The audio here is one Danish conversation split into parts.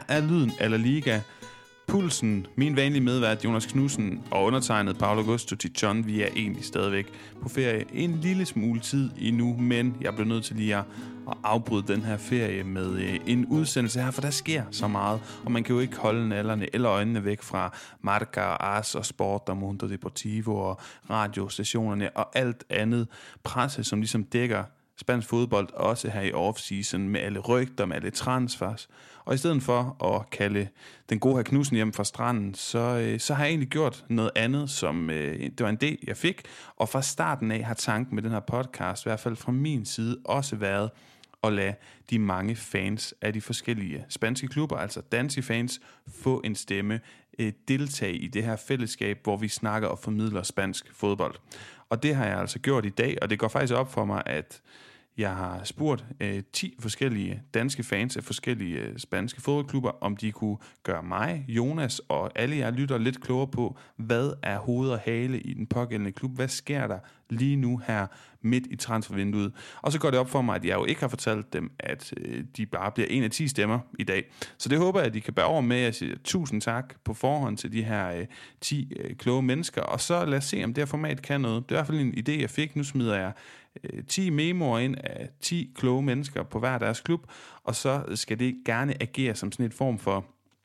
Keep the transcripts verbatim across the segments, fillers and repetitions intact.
er lyden af La Liga. Pulsen, min vanlige medvært Jonas Knudsen og undertegnet Paulo Augusto Tichon, vi er egentlig stadigvæk på ferie en lille smule tid endnu, men jeg blev nødt til lige at afbryde den her ferie med en udsendelse her, for der sker så meget, og man kan jo ikke holde nallerne eller øjnene væk fra Marca og As og Sport og Mundo Deportivo og radiostationerne og alt andet presse, som ligesom dækker spansk fodbold, også her i off-season, med alle rygter, med alle transfers. Og i stedet for at kalde den gode her Knudsen hjem fra stranden, så, så har jeg egentlig gjort noget andet, som øh, det var en idé, jeg fik. Og fra starten af har tanken med den her podcast, i hvert fald fra min side, også været at lade de mange fans af de forskellige spanske klubber, altså danske fans, få en stemme, øh, deltage i det her fællesskab, hvor vi snakker og formidler spansk fodbold. Og det har jeg altså gjort i dag, og det går faktisk op for mig, at jeg har spurgt øh, ti forskellige danske fans af forskellige øh, spanske fodboldklubber, om de kunne gøre mig, Jonas og alle jer lytter lidt klogere på, hvad er hoved og hale i den pågældende klub? Hvad sker der lige nu her midt i transfervinduet? Og så går det op for mig, at jeg jo ikke har fortalt dem, at øh, de bare bliver en af ti stemmer i dag. Så det håber jeg, at de kan bære over med. Jeg siger tusind tak på forhånd til de her øh, ti øh, kloge mennesker. Og så lad os se, om det her format kan noget. Det er i hvert fald en idé, jeg fik. Nu smider jeg ti memoer ind af ti kloge mennesker på hver deres klub, og så skal det gerne agere som sådan et form for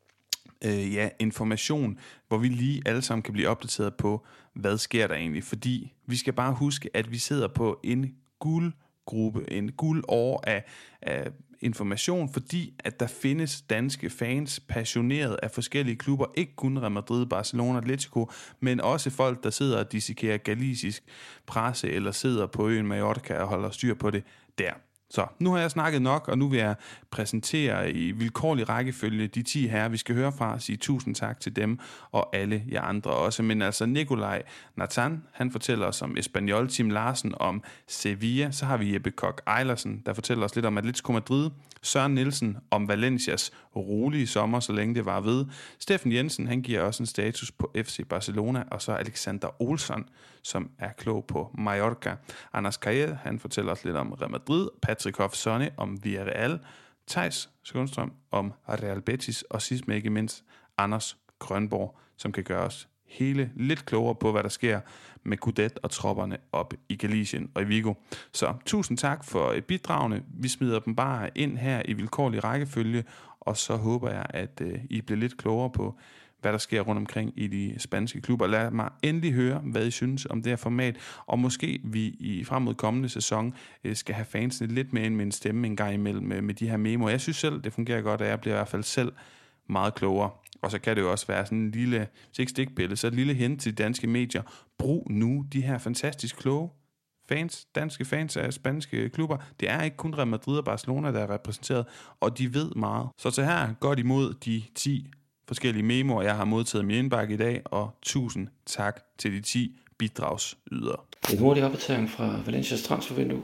øh, ja, information, hvor vi lige alle sammen kan blive opdateret på, hvad sker der egentlig, fordi vi skal bare huske, at vi sidder på en guldgruppe, en guldår af, af information, fordi at der findes danske fans passioneret af forskellige klubber, ikke kun Real Madrid, Barcelona, Atletico, men også folk, der sidder og dissekerer galicisk presse, eller sidder på øen Mallorca og holder styr på det der. Så nu har jeg snakket nok, og nu vil jeg præsentere i vilkårlig rækkefølge de ti herrer, vi skal høre fra, og sige tusind tak til dem, og alle jer andre også. Men altså Nikolaj Nathan, han fortæller os om Espanyol, Tim Larsen om Sevilla, så har vi Jeppe Kok Ejlersen, der fortæller os lidt om Atletico Madrid, Søren Nielsen om Valencias rolige sommer, så længe det var ved. Steffen Jensen, han giver også en status på F C Barcelona, og så Alexander Olsson, som er klog på Mallorca. Anders Kael, han fortæller os lidt om Real Madrid, Patrick Hoff Sonne om Villarreal, Theis Skånstrøm om Real Betis, og sidst men ikke mindst Anders Grønborg, som kan gøre os hele lidt klogere på, hvad der sker med Coudet og tropperne op i Galicien og i Vigo. Så tusind tak for bidragene. Vi smider dem bare ind her i vilkårlig rækkefølge, og så håber jeg, at øh, I bliver lidt klogere på, hvad der sker rundt omkring i de spanske klubber. Lad mig endelig høre, hvad I synes om det her format, og måske vi i frem mod kommende sæson øh, skal have fansene lidt mere ind med en stemme en gang imellem med, med de her memoer. Jeg synes selv, det fungerer godt, og jeg bliver i hvert fald selv meget klogere. Og så kan det jo også være sådan en lille, hvis ikke stikpille, så et lille hint til de danske medier. Brug nu de her fantastisk kloge fans, danske fans af spanske klubber. Det er ikke kun Real Madrid og Barcelona, der er repræsenteret, og de ved meget. Så til her godt imod de ti forskellige memoer, jeg har modtaget i min indbakke i dag, og tusind tak til de ti bidragsydere. En hurtig opdatering fra Valencias transfervindue.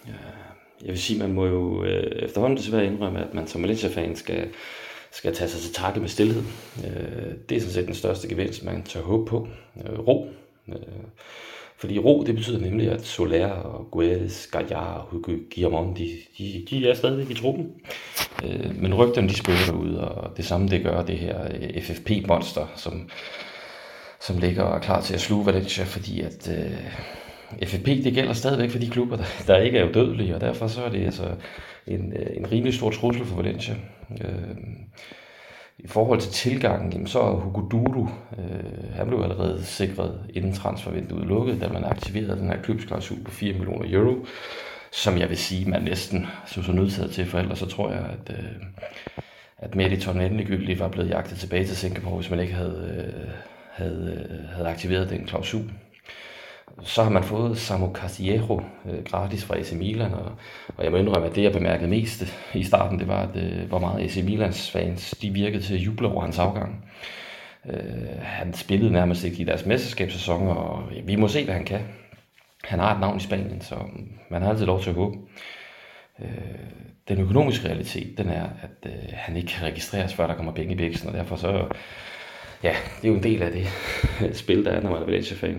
Jeg vil sige, man må jo efterhånden desværre indrømme, at man som Valencia-fan skal skal tage sig til takke med stilhed. Det er sådan set den største gevinst, man tør håbe på. Ro. Fordi ro, det betyder nemlig, at Soler og Guedes, Gallar og Hugo Guillamon, de, de, de er stadigvæk i truppen. Men rygterne, de spøger derude, og det samme det gør det her F F P-monster, som, som ligger og er klar til at sluge Valencia, fordi at uh, F F P, det gælder stadigvæk for de klubber, der, der ikke er udødelige, og derfor så er det altså en, en rimelig stor trussel for Valencia. Uh, I forhold til tilgangen, jamen, så er Hugo Duro, øh, han blev allerede sikret inden transfervinduet lukket, da man aktiverede den her klubsklausul på fire millioner euro, som jeg vil sige, man næsten så så nødtaget til, for ellers så tror jeg, at, øh, at Meriton endegyldigt var blevet jagtet tilbage til Singapore, hvis man ikke havde, øh, havde, øh, havde aktiveret den klausul. Så har man fået Samu Castillejo øh, gratis fra A C Milan, og, og jeg må indrømme, at det jeg bemærkede mest i starten, det var, at, øh, hvor meget A C Milans fans de virkede til at juble over hans afgang. Øh, han spillede nærmest ikke i deres mesterskabssæson, og ja, vi må se, hvad han kan. Han har et navn i Spanien, så man har altid lov til at håbe. Øh, den økonomiske realitet, den er, at øh, han ikke kan registreres, før der kommer penge i bæksen, og derfor så, ja, det er jo en del af det spil, der er, når man er Valencia-fan.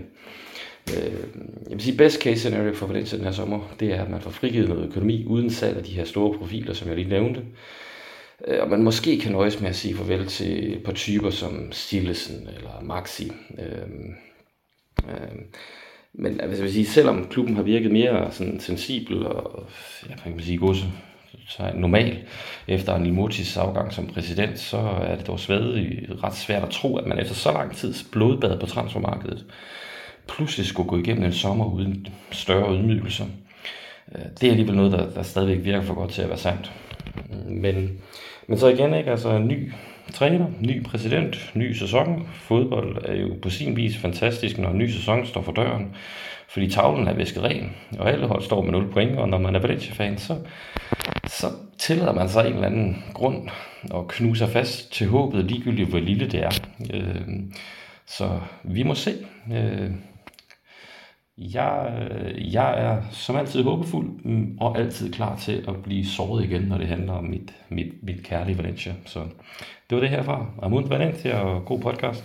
Jeg vil sige, best case scenario for Valencia den her sommer, det er, at man får frigivet noget økonomi uden salg af de her store profiler, som jeg lige nævnte. Øh, og man måske kan nøjes med at sige farvel til på typer som Stillesen eller Maxi. Øh, øh, men altså, jeg vil sige, selvom klubben har virket mere sådan sensibel og ja, man kan sige godse normal efter Anil Murtis afgang som præsident, så er det dog stadig ret svært at tro, at man efter så lang tids blodbad på transfermarkedet pludselig skulle gå igennem en sommer uden større ydmygelser. Det er alligevel noget, der, der stadigvæk virker for godt til at være sandt. Men, men så igen, ikke? Altså en ny træner, ny præsident, ny sæson. Fodbold er jo på sin vis fantastisk, når en ny sæson står for døren, fordi tavlen er væsket ren, og alle hold står med nul point, og når man er Valencia-fan, så, så tillader man sig en eller anden grund at knuse sig fast til håbet, ligegyldigt hvor lille det er. Øh, så vi må se. Øh, jeg, jeg er som altid håbefuld, og altid klar til at blive såret igen, når det handler om mit, mit, mit kærlige Valencia. Så det var det herfra. Amunt Valencia, og god podcast.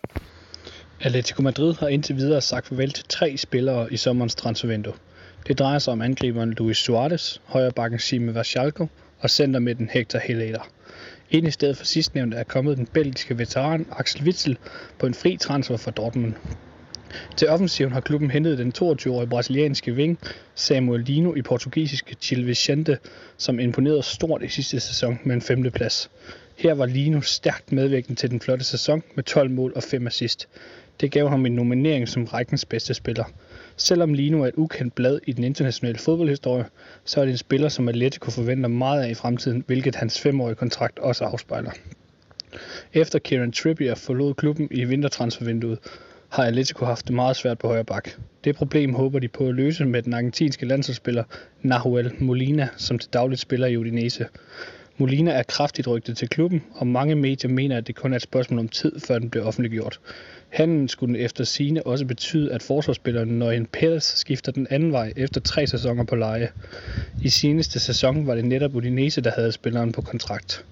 Atletico Madrid har indtil videre sagt farvel til tre spillere i sommerens transfervindue. Det drejer sig om angriberen Luis Suarez, højrebacken Sime Vacialco og centermidten Hector Herrera. Ind i stedet for sidstnævnte er kommet den belgiske veteran Axel Witsel på en fri transfer fra Dortmund. Til offensiven har klubben hentet den toogtyve-årige brasilianske wing Samuel Lino i portugisiske Gil Vicente, som imponerede stort i sidste sæson med en femteplads. Her var Lino stærkt medvirkende til den flotte sæson med tolv mål og fem assist. Det gav ham en nominering som rækkens bedste spiller. Selvom Lino er et ukendt blad i den internationale fodboldhistorie, så er det en spiller, som Atletico forventer meget af i fremtiden, hvilket hans femårige kontrakt også afspejler. Efter Kieran Trippier forlod klubben i vintertransfervinduet, har Atletico haft det meget svært på højre bak. Det problem håber de på at løse med den argentinske landsholdsspiller Nahuel Molina, som til dagligt spiller i Udinese. Molina er kraftigt rygtet til klubben, og mange medier mener, at det kun er et spørgsmål om tid, før den bliver offentliggjort. Handlen skulle efter sigende også betyde, at forsvarsspilleren Noyan Perez skifter den anden vej efter tre sæsoner på leje. I seneste sæson var det netop Udinese, der havde spilleren på kontrakt.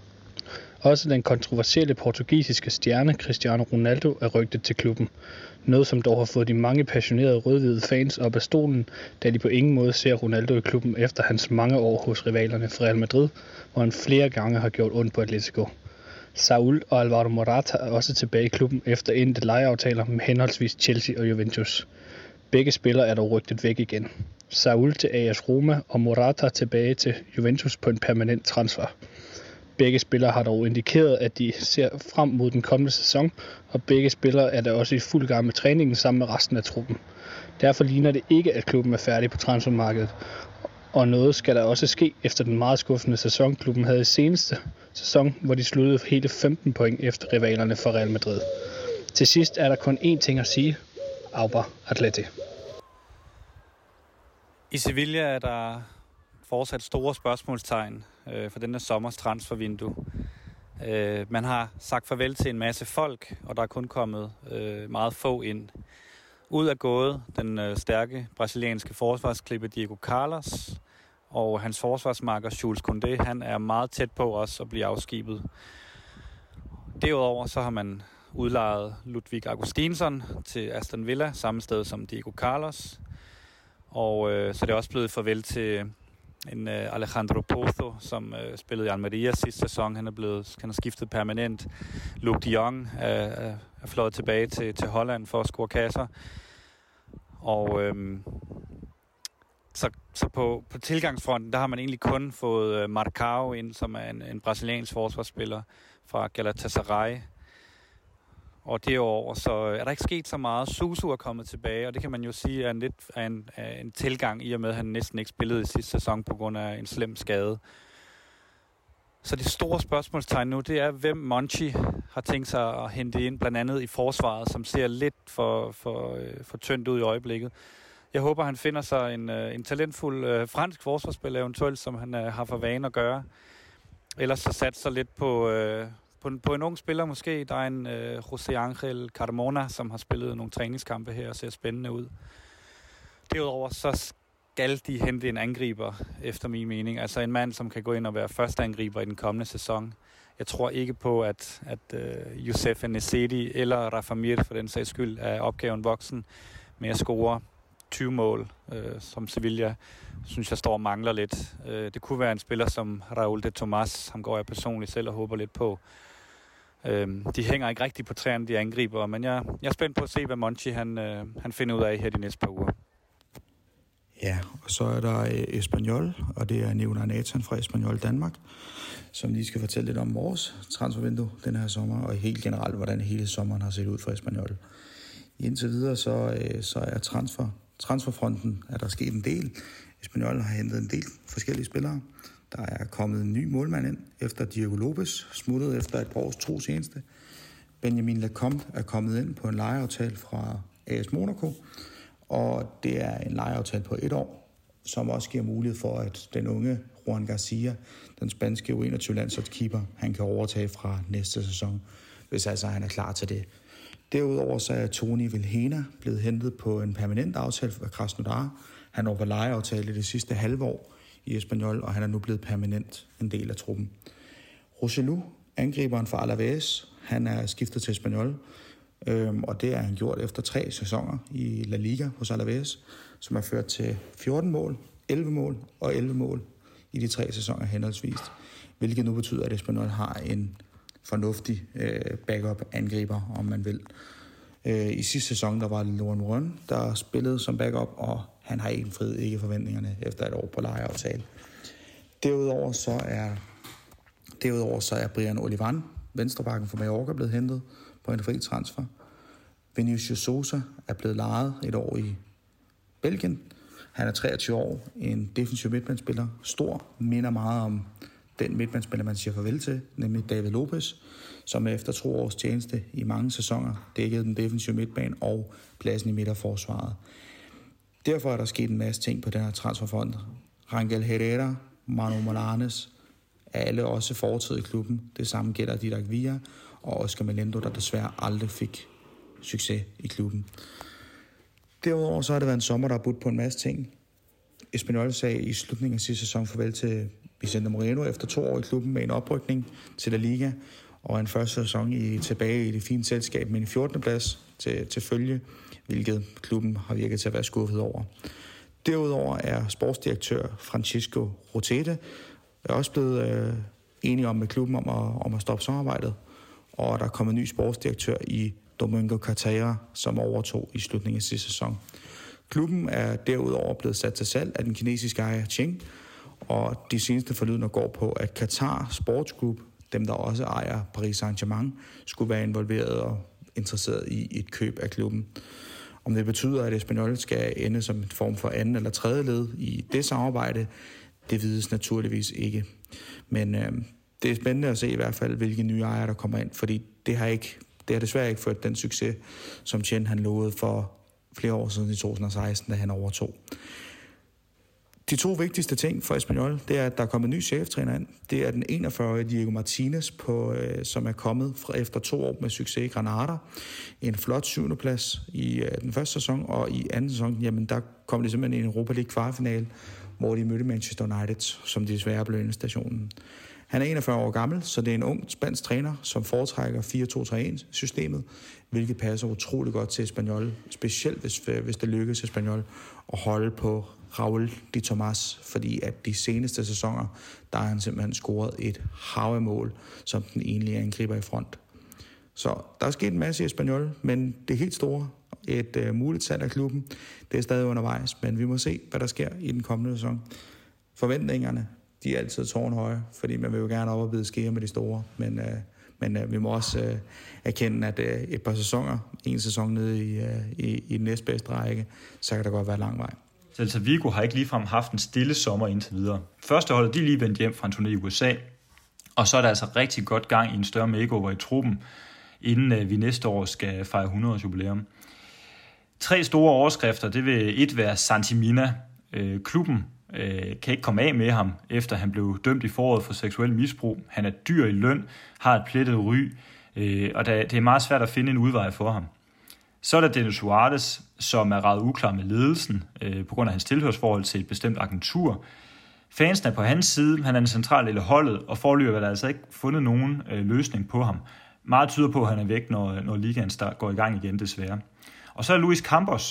Også den kontroversielle portugisiske stjerne Cristiano Ronaldo er rygtet til klubben. Noget som dog har fået de mange passionerede rødhvide fans op af stolen, da de på ingen måde ser Ronaldo i klubben efter hans mange år hos rivalerne fra Real Madrid, hvor han flere gange har gjort ondt på Atletico. Saúl og Alvaro Morata er også tilbage i klubben efter endte lejeaftaler med henholdsvis Chelsea og Juventus. Begge spillere er dog rygtet væk igen. Saúl til A S Roma og Morata tilbage til Juventus på en permanent transfer. Begge spillere har dog indikeret, at de ser frem mod den kommende sæson, og begge spillere er da også i fuld gang med træningen sammen med resten af truppen. Derfor ligner det ikke, at klubben er færdig på transfermarkedet, og noget skal der også ske efter den meget skuffende sæson, klubben havde i seneste sæson, hvor de sluttede hele femten point efter rivalerne fra Real Madrid. Til sidst er der kun én ting at sige. Auba Atleti. I Sevilla er der fortsat store spørgsmålstegn øh, for denne sommers transfervindue. Øh, man har sagt farvel til en masse folk, og der er kun kommet øh, meget få ind. Ud er gået den øh, stærke brasilianske forsvarsklipper Diego Carlos, og hans forsvarsmarker Jules Koundé, han er meget tæt på også at blive afskibet. Derudover så har man udlejet Ludwig Augustinsson til Aston Villa, samme sted som Diego Carlos. Og øh, så er det også blevet farvel til en øh, Alejandro Pozo, som øh, spillede i Almeria sidste sæson. Han er blevet, han har skiftet permanent. Luke de Jong er, er, er fløjet tilbage til, til Holland for at score kasser. Og øh, så, så på, på tilgangsfronten, der har man egentlig kun fået øh, Marcao ind, som er en, en brasiliansk forsvarsspiller fra Galatasaray. Og derover så er der ikke sket så meget. Susu er kommet tilbage, og det kan man jo sige er en lidt er en, er en tilgang, i og med at han næsten ikke spillede i sidste sæson på grund af en slem skade. Så det store spørgsmålstegn nu, det er, hvem Monchi har tænkt sig at hente ind, blandt andet i forsvaret, som ser lidt for, for, for tyndt ud i øjeblikket. Jeg håber, han finder sig en, en talentfuld øh, fransk forsvarsspiller, eventuelt, som han øh, har for vane at gøre. Ellers så sat sig lidt på... Øh, På en, på en ung spiller måske. Der er en øh, José Ángel Carmona, som har spillet nogle træningskampe her og ser spændende ud. Derudover så skal de hente en angriber, efter min mening. Altså en mand, som kan gå ind og være første angriber i den kommende sæson. Jeg tror ikke på, at, at øh, Youssef Nesedi eller Rafa Mir, for den sags skyld, er opgaven voksen med at score tyve mål, øh, som Sevilla, synes jeg står og mangler lidt. Øh, det kunne være en spiller som Raúl de Tomás, ham går jeg personligt selv og håber lidt på. Øh, de hænger ikke rigtig på træerne, de angriber, men jeg, jeg er spændt på at se, hvad Monchi han, øh, han finder ud af her de næste par uger. Ja, og så er der Espanyol, og det er Neuner Nathan fra Espanyol Danmark, som lige skal fortælle lidt om vores transfervindue den her sommer, og helt generelt, hvordan hele sommeren har set ud for Espanyol. Indtil videre, så, så er transfer, transferfronten, er der sket en del. Espanyol har hentet en del forskellige spillere. Der er kommet en ny målmand ind, efter Diego Lopez smuttede efter et par års tro seneste. Benjamin Lacombe er kommet ind på en lejeaftale fra A S Monaco, og det er en lejeaftale på et år, som også giver mulighed for, at den unge Juan Garcia, den spanske U enogtyve-landsholdskeeper, han kan overtage fra næste sæson, hvis altså han er klar til det. Derudover så er Toni Vilhena blevet hentet på en permanent aftale fra Krasnodar. Han var på lejeaftale i det sidste halve år i Espanyol, og han er nu blevet permanent en del af truppen. Rosselló, angriberen fra Alaves, han er skiftet til Espanyol, øhm, og det er han gjort efter tre sæsoner i La Liga hos Alaves, som har ført til fjorten mål, elleve mål og elleve mål i de tre sæsoner henholdsvis, hvilket nu betyder, at Espanyol har en fornuftig øh, backup-angriber, om man vil. Øh, I sidste sæson, der var Loren Røn, der spillede som backup, og han har indfriet ikke forventningerne efter et år på lejeaftale. Derudover så er, derudover så er Brian Olivan, venstrebacken fra Mallorca, blevet hentet på en fri transfer. Vinicius Sosa er blevet lejet et år i Belgien. Han er treogtyve år, en defensiv midtbanespiller. Stor, minder meget om den midtbanespiller, man siger farvel til, nemlig David Lopez, som efter to års tjeneste i mange sæsoner dækkede den defensive midtbane og pladsen i midterforsvaret. Derfor er der sket en masse ting på den her transferfond. Rangel Herrera, Manu Molanes er alle også fortid i klubben. Det samme gælder Didac Villa og Oscar Melendo, der desværre aldrig fik succes i klubben. Derudover så har det været en sommer, der har budt på en masse ting. Espanyol sagde i slutningen af sidste sæson farvel til Vicente Moreno efter to år i klubben med en oprykning til La Liga og en første sæson i, tilbage i det fine selskab med en fjortende plads til, til følge, hvilket klubben har virket til at være skuffet over. Derudover er sportsdirektør Francisco Rotete også blevet øh, enige om med klubben om at, om at stoppe samarbejdet, og der er kommet en ny sportsdirektør i Domingo Cartera, som overtog i slutningen af sidste sæson. Klubben er derudover blevet sat til salg af den kinesiske ejer Cheng, og de seneste forlydender går på, at Qatar Sports Group, dem der også ejer Paris Saint-Germain, skulle være involveret og interesseret i et køb af klubben. Om det betyder, at Espanyol skal ende som en form for anden eller tredje led i det samarbejde, det vides naturligvis ikke. Men øh, det er spændende at se i hvert fald, hvilke nye ejere der kommer ind, fordi det har, ikke, det har desværre ikke ført den succes, som Chen han lovede for flere år siden i to tusind og seksten, da han overtog. De to vigtigste ting for Espanyol, det er, at der er kommet en ny cheftræner ind. Det er den enogfyrre-årige Diego Martinez, på, øh, som er kommet fra, efter to år med succes i Granada. En flot syvende plads i øh, den første sæson, og i anden sæson, jamen der kom de simpelthen i en Europa League kvartfinale, hvor de mødte Manchester United, som desværre blev endestationen. Han er enogfyrre år gammel, så det er en ung spansk træner, som foretrækker fire to tre et-systemet, hvilket passer utrolig godt til Espanyol, specielt hvis, hvis det lykkes Espanyol at holde på Raúl de Tomás, fordi at de seneste sæsoner, der har han simpelthen scoret et hav af mål, som den egentlige angriber i front. Så der er sket en masse i Espanyol, men det helt store, et uh, muligt salg af klubben, det er stadig undervejs, men vi må se, hvad der sker i den kommende sæson. Forventningerne, de er altid tårnhøje, fordi man vil jo gerne op og bide skære med de store, men, uh, men uh, vi må også uh, erkende, at uh, et par sæsoner, en sæson nede i, uh, i, i den næstbedste række, så kan der godt være lang vej. Celta Vigo har ikke ligefrem haft en stille sommer indtil videre. Første holdet, de er lige vendt hjem fra en turné i U S A, og så er der altså rigtig godt gang i en større makeover i truppen, inden vi næste år skal fejre hundrede års jubilæum. Tre store overskrifter, det vil et være Santi Mina. Øh, klubben øh, kan ikke komme af med ham, efter han blev dømt i foråret for seksuel misbrug. Han er dyr i løn, har et plettet ry, øh, og det er meget svært at finde en udvej for ham. Så er der Denis Suarez, som er ret uklar med ledelsen øh, på grund af hans tilhørsforhold til et bestemt agentur. Fansen er på hans side, han er en central del af holdet, og foreløbig er der altså ikke fundet nogen øh, løsning på ham. Meget tyder på, at han er væk, når, når ligaen start, går i gang igen, desværre. Og så er Luis Campos,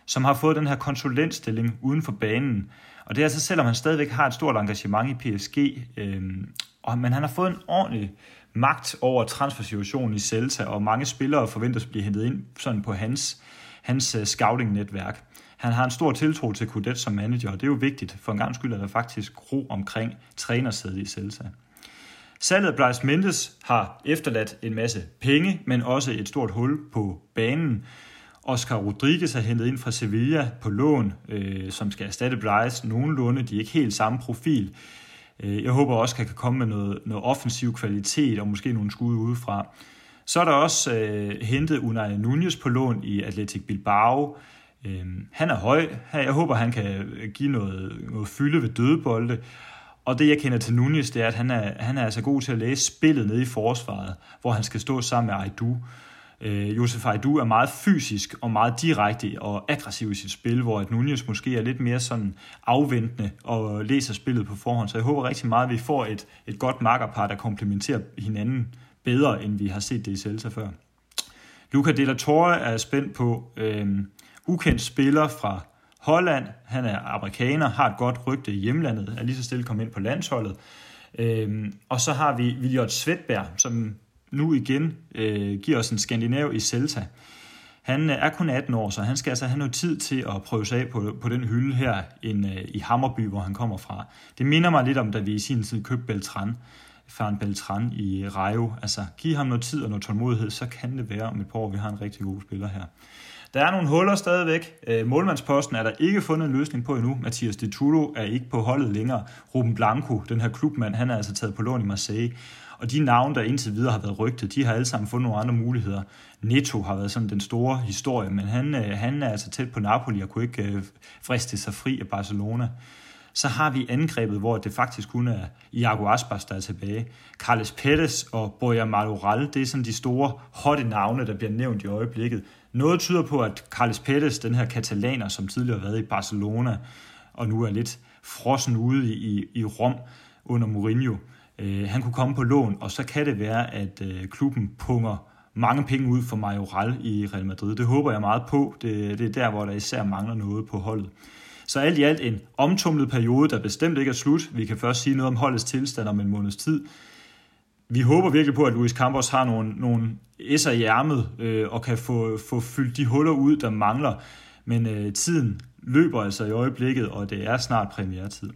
som har fået den her konsulentstilling uden for banen. Og det er altså selvom han stadigvæk har et stort engagement i P S G, øh, og, men han har fået en ordentlig magt over transfersituationen i Celta, og mange spillere forventes at blive hentet ind sådan på hans, hans uh, scouting-netværk. Han har en stor tiltro til Coudet som manager, og det er jo vigtigt. For en gang skyld er der faktisk ro omkring trænersædet i Celta. Salget af Brais Mendes har efterladt en masse penge, men også et stort hul på banen. Oscar Rodriguez er hentet ind fra Sevilla på lån, øh, som skal erstatte Brais nogenlunde. De er ikke helt samme profil. Jeg håber også, at han kan komme med noget, noget offensiv kvalitet og måske nogle skud udefra. Så er der også øh, hentet Unai Núñez på lån i Athletic Bilbao. Øh, han er høj. Jeg håber, han kan give noget, noget fylde ved dødebolde. Og det, jeg kender til Núñez, det er, at han er, han er altså god til at læse spillet nede i forsvaret, hvor han skal stå sammen med Aidou. Øh, Josef Aidou er meget fysisk og meget direkte og aggressiv i sit spil, hvor at Núñez måske er lidt mere sådan afventende og læser spillet på forhånd. Så jeg håber rigtig meget, at vi får et, et godt makkerpar, der komplementerer hinanden bedre, end vi har set det i Celta før. Luca de la Torre er spændt på. Øh, ukendt spiller fra Holland. Han er amerikaner, har et godt rygte i hjemlandet, er lige så stille kommet ind på landsholdet. Øh, og så har vi Williot Svedberg, som nu igen øh, giver os en skandinav i Celta. Han er kun atten år, så han skal altså have noget tid til at prøve sig af på, på den hylde her in, øh, i Hammarby, hvor han kommer fra. Det minder mig lidt om, da vi i sin tid købte Beltran, Ferran Beltran i Rayo. Altså, giv ham noget tid og noget tålmodighed, så kan det være om et par år, vi har en rigtig god spiller her. Der er nogle huller stadigvæk. Målmandsposten er der ikke fundet en løsning på endnu. Mathias de Turo er ikke på holdet længere. Ruben Blanco, den her klubmand, han er altså taget på lån i Marseille. Og de navne, der indtil videre har været rygtet, de har alle sammen fundet nogle andre muligheder. Neto har været sådan den store historie, men han, han er altså tæt på Napoli og kunne ikke friste sig fri af Barcelona. Så har vi angrebet, hvor det faktisk kun er Iago Aspas, der er tilbage. Carles Perez og Bojan Mayoral, det er sådan de store, hotte navne, der bliver nævnt i øjeblikket. Noget tyder på, at Carles Perez, den her katalaner, som tidligere har været i Barcelona, og nu er lidt frossen ude i, i Rom under Mourinho, øh, han kunne komme på lån, og så kan det være, at øh, klubben punger mange penge ud for Mayoral i Real Madrid. Det håber jeg meget på. Det, det er der, hvor der især mangler noget på holdet. Så alt i alt en omtumlet periode, der bestemt ikke er slut. Vi kan først sige noget om holdets tilstand om en måneds tid. Vi håber virkelig på, at Luis Campos har nogle, nogle esser i ærmet øh, og kan få, få fyldt de huller ud, der mangler. Men øh, tiden løber altså i øjeblikket, og det er snart premieretid.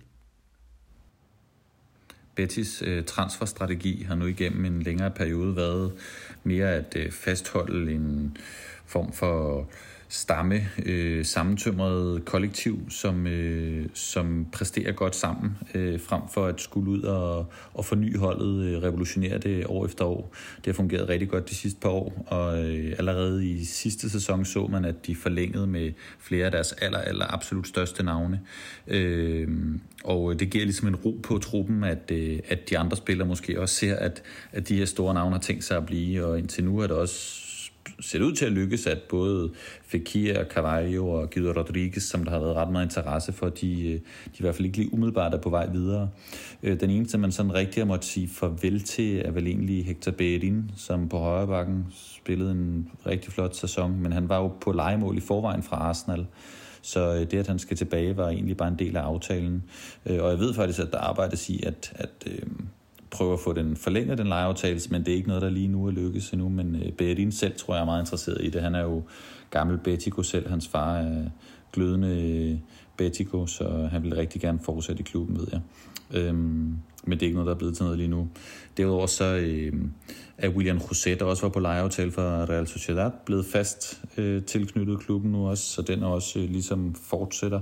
Betis øh, transferstrategi har nu igennem en længere periode været mere at øh, fastholde en form for stamme, øh, sammentømret kollektiv, som, øh, som præsterer godt sammen, øh, frem for at skulle ud og, og forny holdet, øh, revolutionere det år efter år. Det har fungeret rigtig godt de sidste par år, og øh, allerede i sidste sæson så man, at de forlængede med flere af deres aller, aller absolut største navne. Øh, og det giver ligesom en ro på truppen, at, øh, at de andre spillere måske også ser, at, at de her store navne har tænkt sig at blive, og indtil nu er det også ser ud til at lykkes, at både Fekir, Carvalho og Guido Rodriguez, som der har været ret meget interesse for, de, de i hvert fald ikke lige umiddelbart er på vej videre. Den eneste, man sådan rigtig har måttet sige farvel til, er vel egentlig Hector Bellerin, som på højre bakken spillede en rigtig flot sæson, men han var jo på lejemål i forvejen fra Arsenal. Så det, at han skal tilbage, var egentlig bare en del af aftalen. Og jeg ved faktisk, at der arbejdes i at, at prøve at få den forlænget, den lejeaftale, men det er ikke noget, der lige nu er lykkes endnu. Men Bellerin selv tror jeg er meget interesseret i det. Han er jo gammel Betico selv. Hans far er glødende Betico, så han vil rigtig gerne fortsætte i klubben, ved jeg. Øhm, men det er ikke noget, der er blevet til noget lige nu. Derudover så øh, er William José, der også var på lejeaftale for Real Sociedad, blevet fast øh, tilknyttet klubben nu også, så den er også øh, ligesom fortsætter.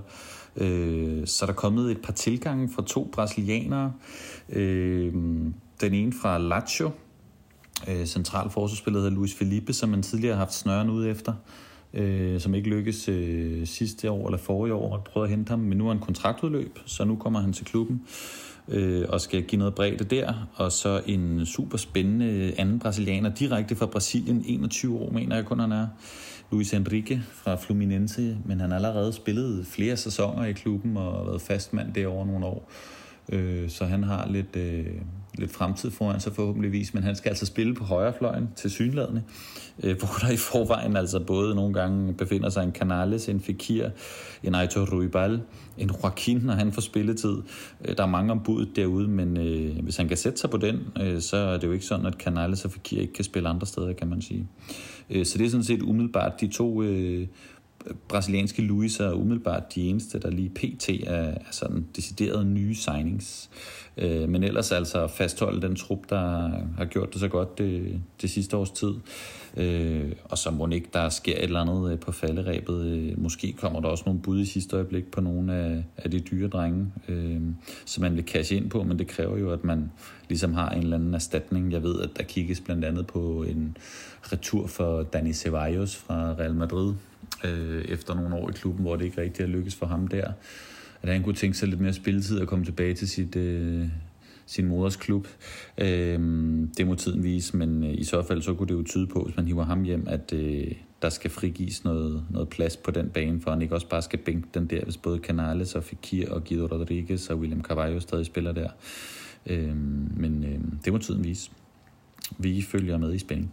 Øh, så der er kommet et par tilgange fra to brasilianere. Øh, den ene fra Lazio, øh, central forsvarsspiller hedder Luis Felipe, som man tidligere har haft snøren ude efter, øh, som ikke lykkedes øh, sidste år eller forrige år, og prøvede at hente ham, men nu er han kontraktudløb, så nu kommer han til klubben øh, og skal give noget bredde der. Og så en super spændende anden brasilianer direkte fra Brasilien, enogtyve år mener jeg kun han er, Luis Enrique fra Fluminense, men han har allerede spillet flere sæsoner i klubben og været fastmand derovre nogle år. øh, så han har lidt, øh, lidt fremtid foran sig forhåbentligvis, men han skal altså spille på højrefløjen til synladende, øh, hvor der i forvejen altså både nogle gange befinder sig en Canales, en Fekir, en Aitor Ruibal, en Joaquin, når han får spilletid. Øh, der er mange om budet derude, men øh, hvis han kan sætte sig på den, øh, så er det jo ikke sådan, at Canales og Fekir ikke kan spille andre steder, kan man sige. Øh, så det er sådan set umiddelbart de to øh, brasilianske Luiser er umiddelbart de eneste, der lige pt. er, er sådan deciderede nye signings. Øh, men ellers altså fastholde den trup, der har gjort det så godt det, det sidste års tid. Øh, og så må ikke der sker et eller andet på falderæbet. Øh, måske kommer der også nogle bud i sidste øjeblik på nogle af, af de dyre drenge, øh, som man vil cashe ind på, men det kræver jo, at man ligesom har en eller anden erstatning. Jeg ved, at der kigges blandt andet på en retur for Dani Ceballos fra Real Madrid, øh, efter nogle år i klubben, hvor det ikke rigtig har lykkes for ham der. At han kunne tænke sig lidt mere spilletid og komme tilbage til sit, øh, sin moders klub. Øh, det må tiden vise, men øh, i så fald så kunne det jo tyde på, hvis man hiver ham hjem, at øh, der skal frigives noget, noget plads på den bane, for han ikke også bare skal bænke den der, hvis både Canales og Fekir og Guido Rodriguez og William Carvalho stadig spiller der. Øh, men øh, det må tiden vise. Vi følger med i spænding.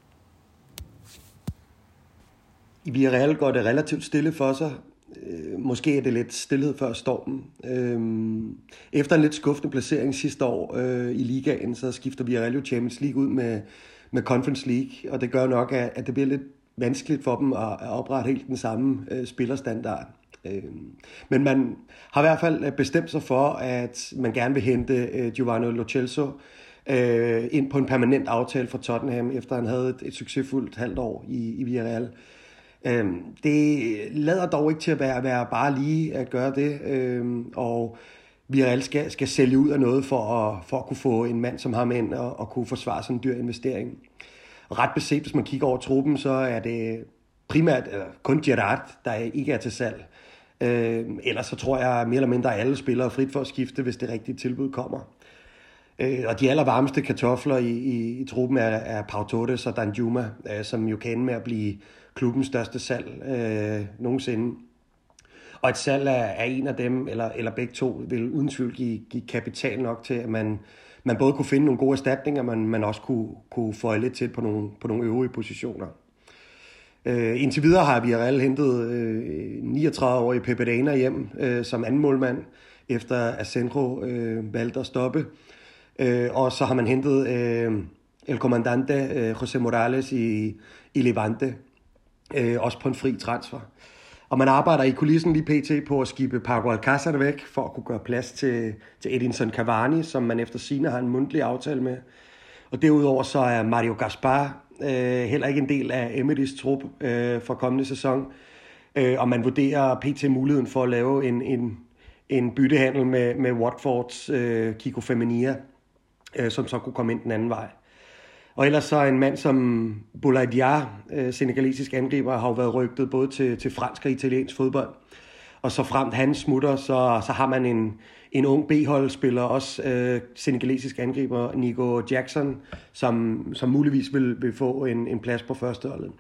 I Villarreal går det relativt stille for sig. Måske er det lidt stillhed før stormen. Efter en lidt skuffende placering sidste år i ligaen, så skifter Villarreal jo Champions League ud med, med Conference League, og det gør nok, at det bliver lidt vanskeligt for dem at oprette helt den samme spillerstandard. Men man har i hvert fald bestemt sig for, at man gerne vil hente Giovanni Lo Celso ind på en permanent aftale for Tottenham, efter han havde et, et succesfuldt halvt år i, i Villarreal. Det lader dog ikke til at være, være bare lige at gøre det, og Villarreal skal, skal sælge ud af noget for at, for at kunne få en mand som ham ind og, og kunne forsvare sådan en dyr investering. Ret beset, hvis man kigger over truppen, så er det primært eller kun Gerrard, der ikke er til salg. Ellers så tror jeg mere eller mindre, at alle spillere er frit for at skifte, hvis det rigtige tilbud kommer. Og de allervarmeste kartofler i, i, i truppen er, er Pau Torres og Danjuma, som jo kan ende med at blive klubbens største salg øh, nogensinde. Og et salg er, er en af dem, eller, eller begge to, vil uden tvivl give, give kapital nok til, at man, man både kunne finde nogle gode erstatninger, men man også kunne, kunne få lidt til på nogle, på nogle øvrige positioner. Øh, indtil videre har Villarreal hentet øh, niogtredive-årige Pepe Reina hjem øh, som anden målmand, efter at Centro øh, valgte at stoppe. Øh, og så har man hentet øh, El Comandante øh, José Morales i, i Levante, øh, også på en fri transfer. Og man arbejder i kulissen lige pt. På at skibe Paco Alcácer væk, for at kunne gøre plads til, til Edinson Cavani, som man efter sigende har en mundtlig aftale med. Og derudover så er Mario Gaspar øh, heller ikke en del af Emerys trup øh, for kommende sæson. Øh, og man vurderer pt. Muligheden for at lave en, en, en byttehandel med, med Watfords øh, Kiko Femenia, øh, som så kunne komme ind den anden vej. Og ellers så en mand som Boulaye Dia, øh, senegalesisk angriber, har jo været rygtet både til, til fransk og italiensk fodbold. Og så fremt han smutter, så, så har man en, en ung B-holdspiller, også øh, senegalesisk angriber, Nico Jackson, som, som muligvis vil, vil få en, en plads på førsteholdet.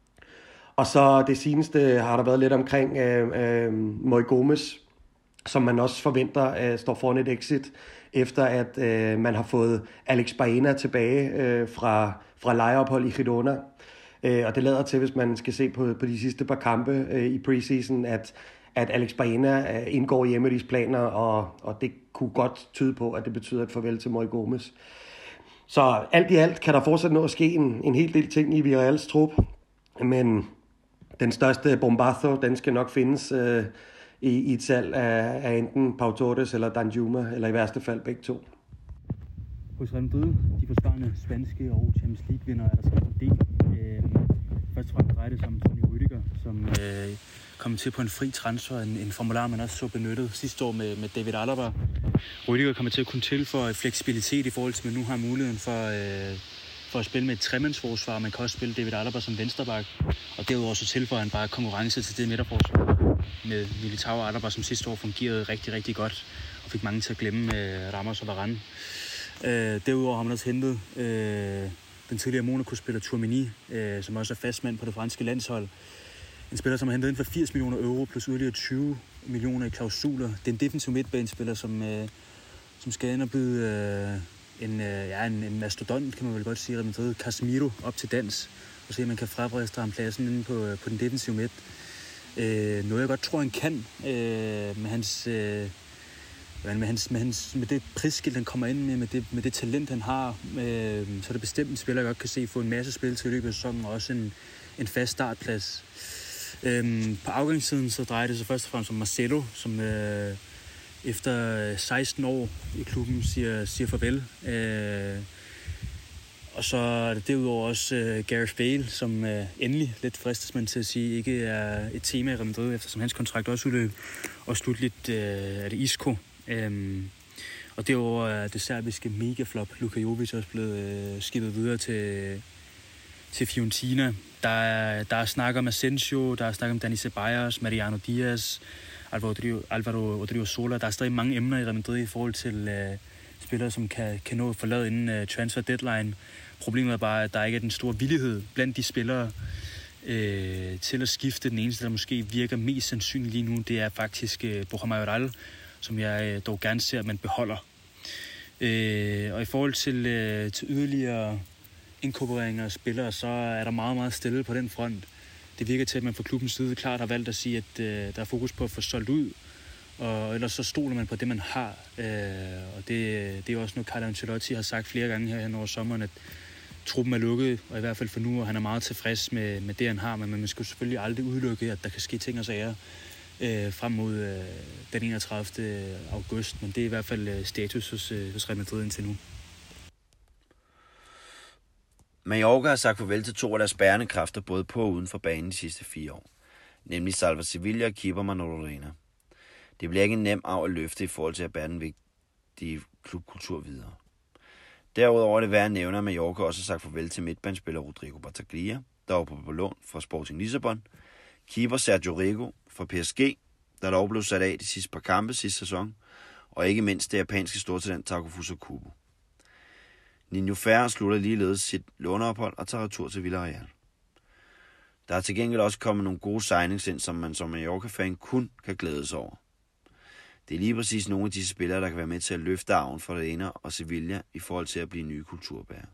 Og så det seneste har der været lidt omkring øh, øh, Moi Gomes, som man også forventer øh, står foran et exit, efter at øh, man har fået Alex Baena tilbage øh, fra, fra lejeophold i Girona. Øh, og det lader til, hvis man skal se på, på de sidste par kampe øh, i preseason, at, at Alex Baena øh, indgår i Emerys planer, og, og det kunne godt tyde på, at det betyder et farvel til Moi Gomes. Så alt i alt kan der fortsat nå at ske en, en hel del ting i Villarreals trup, men den største bombazo, den skal nok findes øh, i, i et salg af, af enten Pau Torres eller Danjuma, eller i værste fald begge to. Hos Real Madrid, de forsvarende spanske og Champions League-vinder, er der sket en del. Øh, først og fremmest drejer det sig om Antonio Rüdiger, som øh, kom til på en fri transfer, en, en formular, man også så benyttet sidste år med, med David Alaba. Rüdiger kommer til at kunne tilføje fleksibilitet i forhold til, at man nu har muligheden for, øh, for at spille med et tremandsforsvar. Man kan også spille David Alaba som venstreback, og derudover så tilføjer han bare konkurrence til det midterforsvar med Militao og Alaba, som sidste år fungerede rigtig, rigtig godt og fik mange til at glemme øh, Ramos og Varane. Øh, derudover har man også hentet øh, den tidligere Monaco-spiller Tchouaméni, øh, som også er fastmand på det franske landshold. En spiller, som har hentet ind for firs millioner euro plus yderligere tyve millioner i klausuler. Det er en defensiv midtbanespiller, som, øh, som skal ind og byde øh, en, øh, ja, en, en mastodont, kan man vel godt sige, Real Madrid, Casemiro, op til dans, og se, om man kan frabræste ham pladsen inde på, på den defensive midt. Øh, noget, jeg godt tror, han kan øh, med hans... Øh, Med, hans, med, hans, med det prisskilt, han kommer ind med, med det, med det talent, han har, øh, så er det bestemt en spiller, jeg godt kan se få en masse spil til i løbet af sæsonen, og også en, en fast startplads. Øh, på afgangssiden så drejer det sig først og fremmest om Marcelo, som øh, efter seksten år i klubben siger, siger farvel. Øh, og så er det derudover også øh, Gareth Bale, som øh, endelig, lidt fristes man til at sige, ikke er et tema i Real Madrid, eftersom hans kontrakt også udløb, og slutligt øh, er det Isco. Øhm, og derover er det serbiske megaflop Luka Jovic også blevet øh, skibet videre til, til Fiorentina. Der er, der er snak om Asensio, der er snak om Dani Ceballos, Mariano Diaz, Alvaro, Alvaro Rodrigo Sola. Der er stadig mange emner i Real Madrid i forhold til øh, spillere, som kan, kan nå at forlade inden øh, transfer deadline. Problemet er bare, at der ikke er den store villighed blandt de spillere øh, til at skifte. Den eneste, der måske virker mest sandsynlig lige nu, det er faktisk øh, Borja Mayoral, som jeg dog gerne ser, at man beholder. Øh, og i forhold til, øh, til yderligere inkorporeringer af spillere, så er der meget, meget stille på den front. Det virker til, at man fra klubbens side klart har valgt at sige, at øh, der er fokus på at få solgt ud, og ellers så stoler man på det, man har. Øh, og det, det er også noget, Carlo Ancelotti har sagt flere gange her hen over sommeren, at truppen er lukket, og i hvert fald for nu, og han er meget tilfreds med, med det, han har, men man skal selvfølgelig aldrig udelukke, at der kan ske ting og sager Øh, frem mod øh, den enogtredivte august, men det er i hvert fald øh, status hos, øh, hos Real Madrid indtil nu. Mallorca har sagt farvel til to af deres bærende kræfter både på og uden for banen de sidste fire år, nemlig Salva Sevilla og keeper Manolo Reina. Det bliver ikke en nem arv at løfte i forhold til at bære den vigtige klubkultur videre. Derudover er det værd at nævne, at Mallorca også har sagt farvel til midtbanespiller Rodrigo Battaglia, der var på lån fra Sporting Lissabon, keeper Sergio Rigo fra P S G, der dog blev sat af de sidste par kampe sidste sæson, og ikke mindst det japanske stortalent Takefusa Kubo. Nino Ferrer slutter ligeledes sit låneophold og tager retur til Villarreal. Der er til gengæld også kommet nogle gode signings ind, som man som Mallorca-fan kun kan glæde sig over. Det er lige præcis nogle af disse spillere, der kan være med til at løfte arven for Reina og Sevilla i forhold til at blive nye kulturbærere.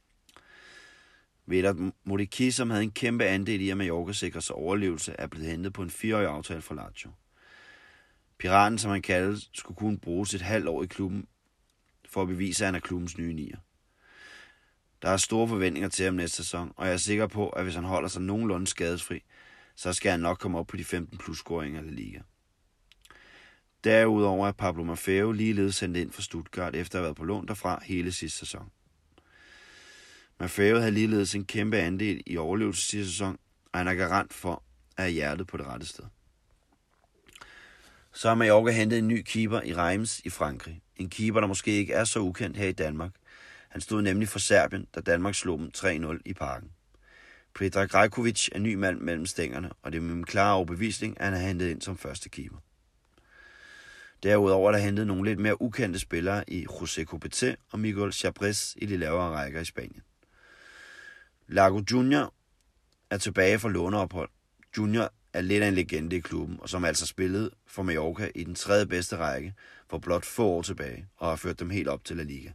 Vedat Muriqi, som havde en kæmpe andel i, at Mallorca sikrer sig overlevelse, er blevet hentet på en fireårig aftale fra Lazio. Piraten, som han kaldte, skulle kunne bruges et halvt år i klubben for at bevise, at han er klubbens nye nier. Der er store forventninger til ham næste sæson, og jeg er sikker på, at hvis han holder sig nogenlunde skadesfri, så skal han nok komme op på de femten plus scoringer i La Liga. Derudover er Pablo Maffeo ligeledes sendt ind for Stuttgart efter at have været på lån derfra hele sidste sæson. Maffeo havde ligeledes en kæmpe andel i overlevelse sidste sæson, og han er garant for at have hjertet på det rette sted. Så har Mallorca hentet en ny keeper i Reims i Frankrig. En keeper, der måske ikke er så ukendt her i Danmark. Han stod nemlig for Serbien, da Danmark slog dem tre nul i Parken. Predrag Rajkovic er ny mand mellem stængerne, og det er med en klar overbevisning, at han er hentet ind som første keeper. Derudover er der hentet nogle lidt mere ukendte spillere i José Copete og Miguel Chabres i de lavere rækker i Spanien. Lago Junior er tilbage fra låneophold. Junior er lidt af en legende i klubben, og som altså spillede for Mallorca i den tredje bedste række for blot få år tilbage, og har ført dem helt op til La Liga.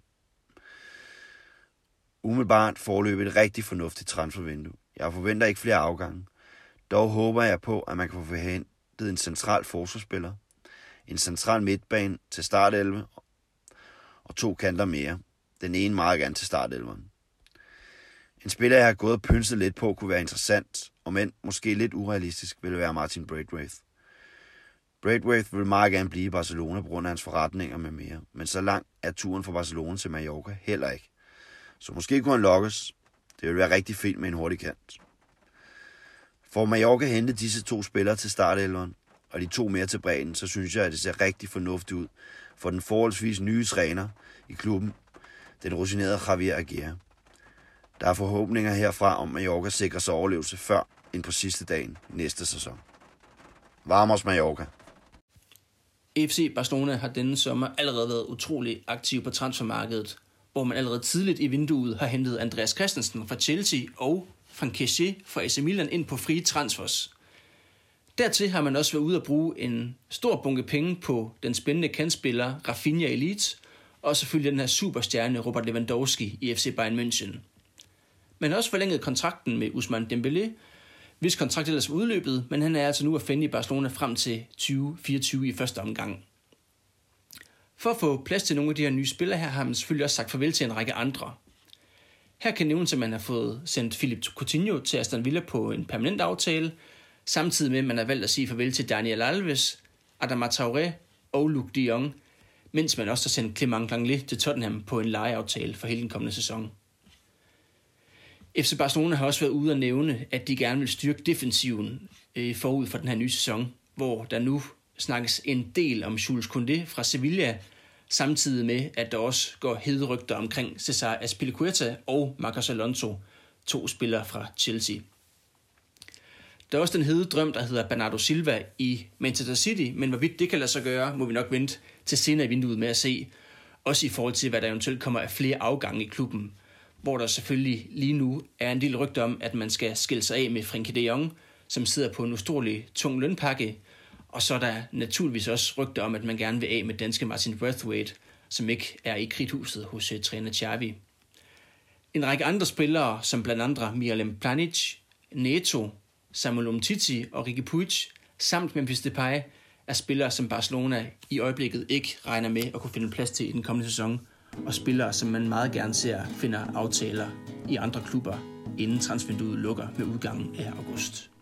Umiddelbart forløb et rigtig fornuftigt transfervindue. Jeg forventer ikke flere afgange. Dog håber jeg på, at man kan få hentet en central forsvarsspiller, en central midtbane til startelve og to kanter mere. Den ene meget gerne til startelveren. En spiller, jeg har gået og pynset lidt på, kunne være interessant, og men måske lidt urealistisk, ville være Martin Braithwaite. Braithwaite vil meget gerne blive i Barcelona på grund af hans forretninger med mere, men så lang er turen fra Barcelona til Mallorca heller ikke. Så måske kunne han lokkes. Det ville være rigtig fint med en hurtig kant. For Mallorca hente disse to spillere til startelveren, og de to mere til bredden, så synes jeg, at det ser rigtig fornuftigt ud for den forholdsvis nye træner i klubben, den rutinerede Javier Aguirre. Der er forhåbninger herfra om, at Mallorca sikrer sig overlevelse før end på sidste dagen næste sæson. Vamos Mallorca! F C Barcelona har denne sommer allerede været utrolig aktiv på transfermarkedet, hvor man allerede tidligt i vinduet har hentet Andreas Christensen fra Chelsea og Franck Kessié fra A C Milan ind på frie transfers. Dertil har man også været ude at bruge en stor bunke penge på den spændende kantspiller Rafinha Elite, og selvfølgelig den her superstjerne Robert Lewandowski i F C Bayern München. Man har også forlænget kontrakten med Ousmane Dembélé, hvis kontrakt ellers var udløbet, men han er altså nu at finde i Barcelona frem til tyve fireogtyve i første omgang. For at få plads til nogle af de her nye spillere her, har man selvfølgelig også sagt farvel til en række andre. Her kan nævnes, at man har fået sendt Philippe Coutinho til Aston Villa på en permanent aftale, samtidig med, at man har valgt at sige farvel til Daniel Alves, Adama Traoré og Luuk de Jong, mens man også har sendt Clement Lenglet til Tottenham på en lejeaftale for hele den kommende sæson. F C Barcelona har også været ude at nævne, at de gerne vil styrke defensiven forud for den her nye sæson, hvor der nu snakkes en del om Jules Koundé fra Sevilla, samtidig med, at der også går hede rygter omkring Cesar Azpilicueta og Marcos Alonso, to spillere fra Chelsea. Der er også den hede drøm, der hedder Bernardo Silva i Manchester City, men hvorvidt det kan lade sig gøre, må vi nok vente til senere i vinduet med at se, også i forhold til, hvad der eventuelt kommer af flere afgange i klubben, hvor der selvfølgelig lige nu er en del rygter om, at man skal skille sig af med Frenkie de Jong, som sidder på en utrolig tung lønpakke, og så er der naturligvis også rygter om, at man gerne vil af med danske Martin Braithwaite, som ikke er i kridthuset hos uh, træner Xavi. En række andre spillere, som blandt andre Miralem Pjanic, Neto, Samuel Umtiti og Riqui Puig, samt Memphis Depay, er spillere, som Barcelona i øjeblikket ikke regner med at kunne finde plads til i den kommende sæson, og spillere, som man meget gerne ser finder aftaler i andre klubber, inden transfervinduet lukker med udgangen af august.